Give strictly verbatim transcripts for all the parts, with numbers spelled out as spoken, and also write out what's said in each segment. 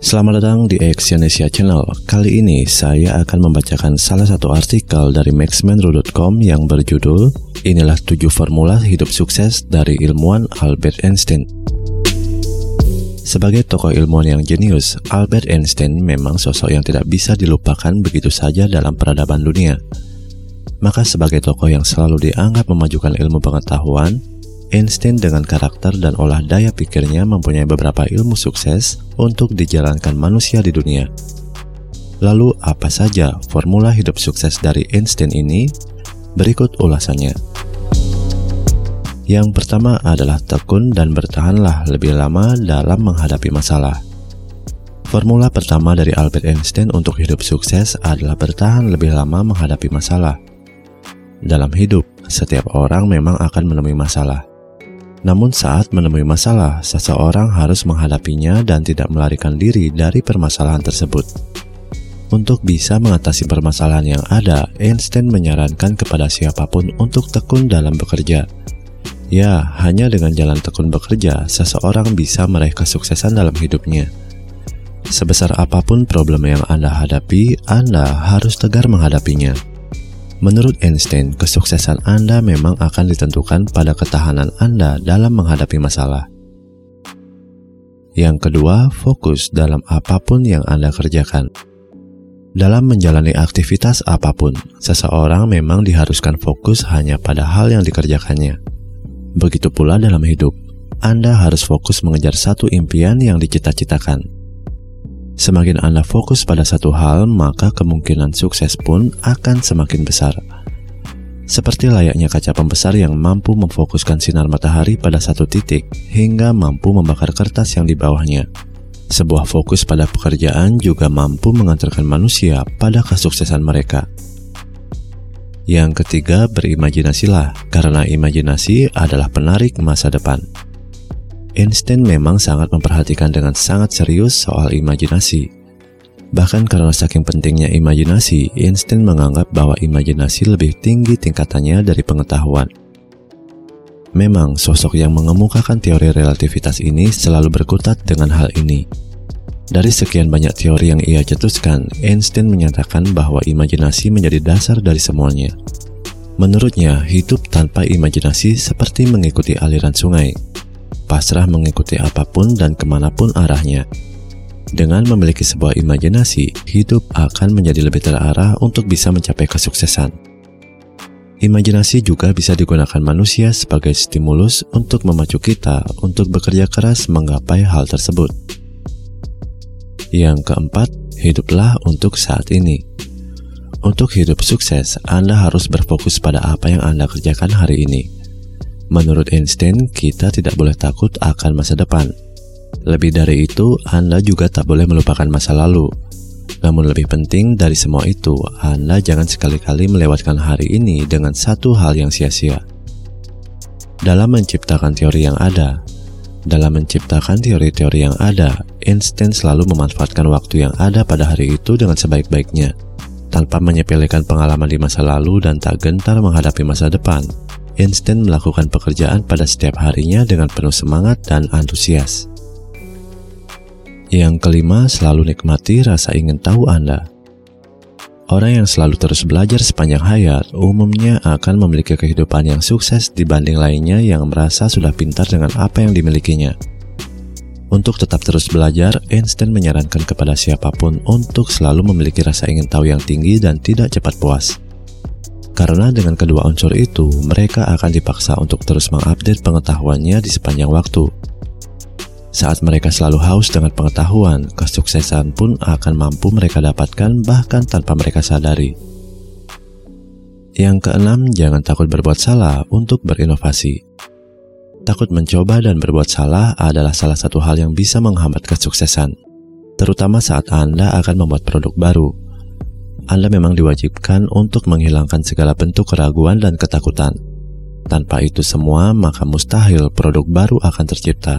Selamat datang di Exyonesia Channel. Kali ini saya akan membacakan salah satu artikel dari maxmenro dot com yang berjudul Inilah tujuh formula hidup sukses dari ilmuwan Albert Einstein. Sebagai tokoh ilmuwan yang jenius, Albert Einstein memang sosok yang tidak bisa dilupakan begitu saja dalam peradaban dunia. Maka sebagai tokoh yang selalu dianggap memajukan ilmu pengetahuan, Einstein dengan karakter dan olah daya pikirnya mempunyai beberapa ilmu sukses untuk dijalankan manusia di dunia. Lalu apa saja formula hidup sukses dari Einstein ini? Berikut ulasannya. Yang pertama adalah tekun dan bertahanlah lebih lama dalam menghadapi masalah. Formula pertama dari Albert Einstein untuk hidup sukses adalah bertahan lebih lama menghadapi masalah. Dalam hidup, setiap orang memang akan menemui masalah. Namun saat menemui masalah, seseorang harus menghadapinya dan tidak melarikan diri dari permasalahan tersebut. Untuk bisa mengatasi permasalahan yang ada, Einstein menyarankan kepada siapapun untuk tekun dalam bekerja. Ya, hanya dengan jalan tekun bekerja, seseorang bisa meraih kesuksesan dalam hidupnya. Sebesar apapun problem yang Anda hadapi, Anda harus tegar menghadapinya. Menurut Einstein, kesuksesan Anda memang akan ditentukan pada ketahanan Anda dalam menghadapi masalah. Yang kedua, fokus dalam apapun yang Anda kerjakan. Dalam menjalani aktivitas apapun, seseorang memang diharuskan fokus hanya pada hal yang dikerjakannya. Begitu pula dalam hidup, Anda harus fokus mengejar satu impian yang dicita-citakan. Semakin Anda fokus pada satu hal, maka kemungkinan sukses pun akan semakin besar. Seperti layaknya kaca pembesar yang mampu memfokuskan sinar matahari pada satu titik hingga mampu membakar kertas yang di bawahnya. Sebuah fokus pada pekerjaan juga mampu mengantarkan manusia pada kesuksesan mereka. Yang ketiga, berimajinasilah, karena imajinasi adalah penarik masa depan. Einstein memang sangat memperhatikan dengan sangat serius soal imajinasi. Bahkan karena saking pentingnya imajinasi, Einstein menganggap bahwa imajinasi lebih tinggi tingkatannya dari pengetahuan. Memang sosok yang mengemukakan teori relativitas ini selalu berkutat dengan hal ini. Dari sekian banyak teori yang ia cetuskan, Einstein menyatakan bahwa imajinasi menjadi dasar dari semuanya. Menurutnya, hidup tanpa imajinasi seperti mengikuti aliran sungai. Pasrah mengikuti apapun dan kemanapun arahnya. Dengan memiliki sebuah imajinasi, hidup akan menjadi lebih terarah untuk bisa mencapai kesuksesan. Imajinasi juga bisa digunakan manusia sebagai stimulus untuk memacu kita untuk bekerja keras menggapai hal tersebut. Yang keempat, hiduplah untuk saat ini. Untuk hidup sukses, Anda harus berfokus pada apa yang Anda kerjakan hari ini. Menurut Einstein, kita tidak boleh takut akan masa depan. Lebih dari itu, Anda juga tak boleh melupakan masa lalu. Namun lebih penting dari semua itu, Anda jangan sekali-kali melewatkan hari ini dengan satu hal yang sia-sia. Dalam menciptakan teori yang ada, dalam menciptakan teori-teori yang ada, Einstein selalu memanfaatkan waktu yang ada pada hari itu dengan sebaik-baiknya, tanpa menyepelekan pengalaman di masa lalu dan tak gentar menghadapi masa depan. Einstein melakukan pekerjaan pada setiap harinya dengan penuh semangat dan antusias. Yang kelima, selalu nikmati rasa ingin tahu Anda. Orang yang selalu terus belajar sepanjang hayat umumnya akan memiliki kehidupan yang sukses dibanding lainnya yang merasa sudah pintar dengan apa yang dimilikinya. Untuk tetap terus belajar, Einstein menyarankan kepada siapapun untuk selalu memiliki rasa ingin tahu yang tinggi dan tidak cepat puas. Karena dengan kedua unsur itu, mereka akan dipaksa untuk terus mengupdate pengetahuannya di sepanjang waktu. Saat mereka selalu haus dengan pengetahuan, kesuksesan pun akan mampu mereka dapatkan bahkan tanpa mereka sadari. Yang keenam, jangan takut berbuat salah untuk berinovasi. Takut mencoba dan berbuat salah adalah salah satu hal yang bisa menghambat kesuksesan, terutama saat Anda akan membuat produk baru. Anda memang diwajibkan untuk menghilangkan segala bentuk keraguan dan ketakutan. Tanpa itu semua, maka mustahil produk baru akan tercipta.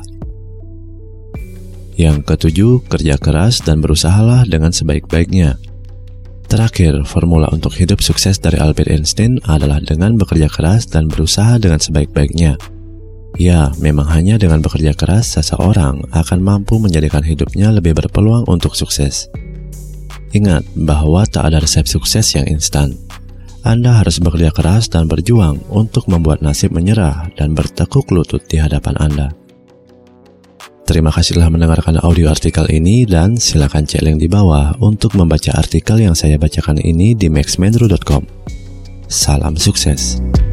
Yang ketujuh, kerja keras dan berusahalah dengan sebaik-baiknya. Terakhir, formula untuk hidup sukses dari Albert Einstein adalah dengan bekerja keras dan berusaha dengan sebaik-baiknya. Ya, memang hanya dengan bekerja keras, seseorang akan mampu menjadikan hidupnya lebih berpeluang untuk sukses. Ingat bahwa tak ada resep sukses yang instan. Anda harus bekerja keras dan berjuang untuk membuat nasib menyerah dan bertekuk lutut di hadapan Anda. Terima kasih telah mendengarkan audio artikel ini dan silakan cek link di bawah untuk membaca artikel yang saya bacakan ini di max mendro dot com. Salam sukses.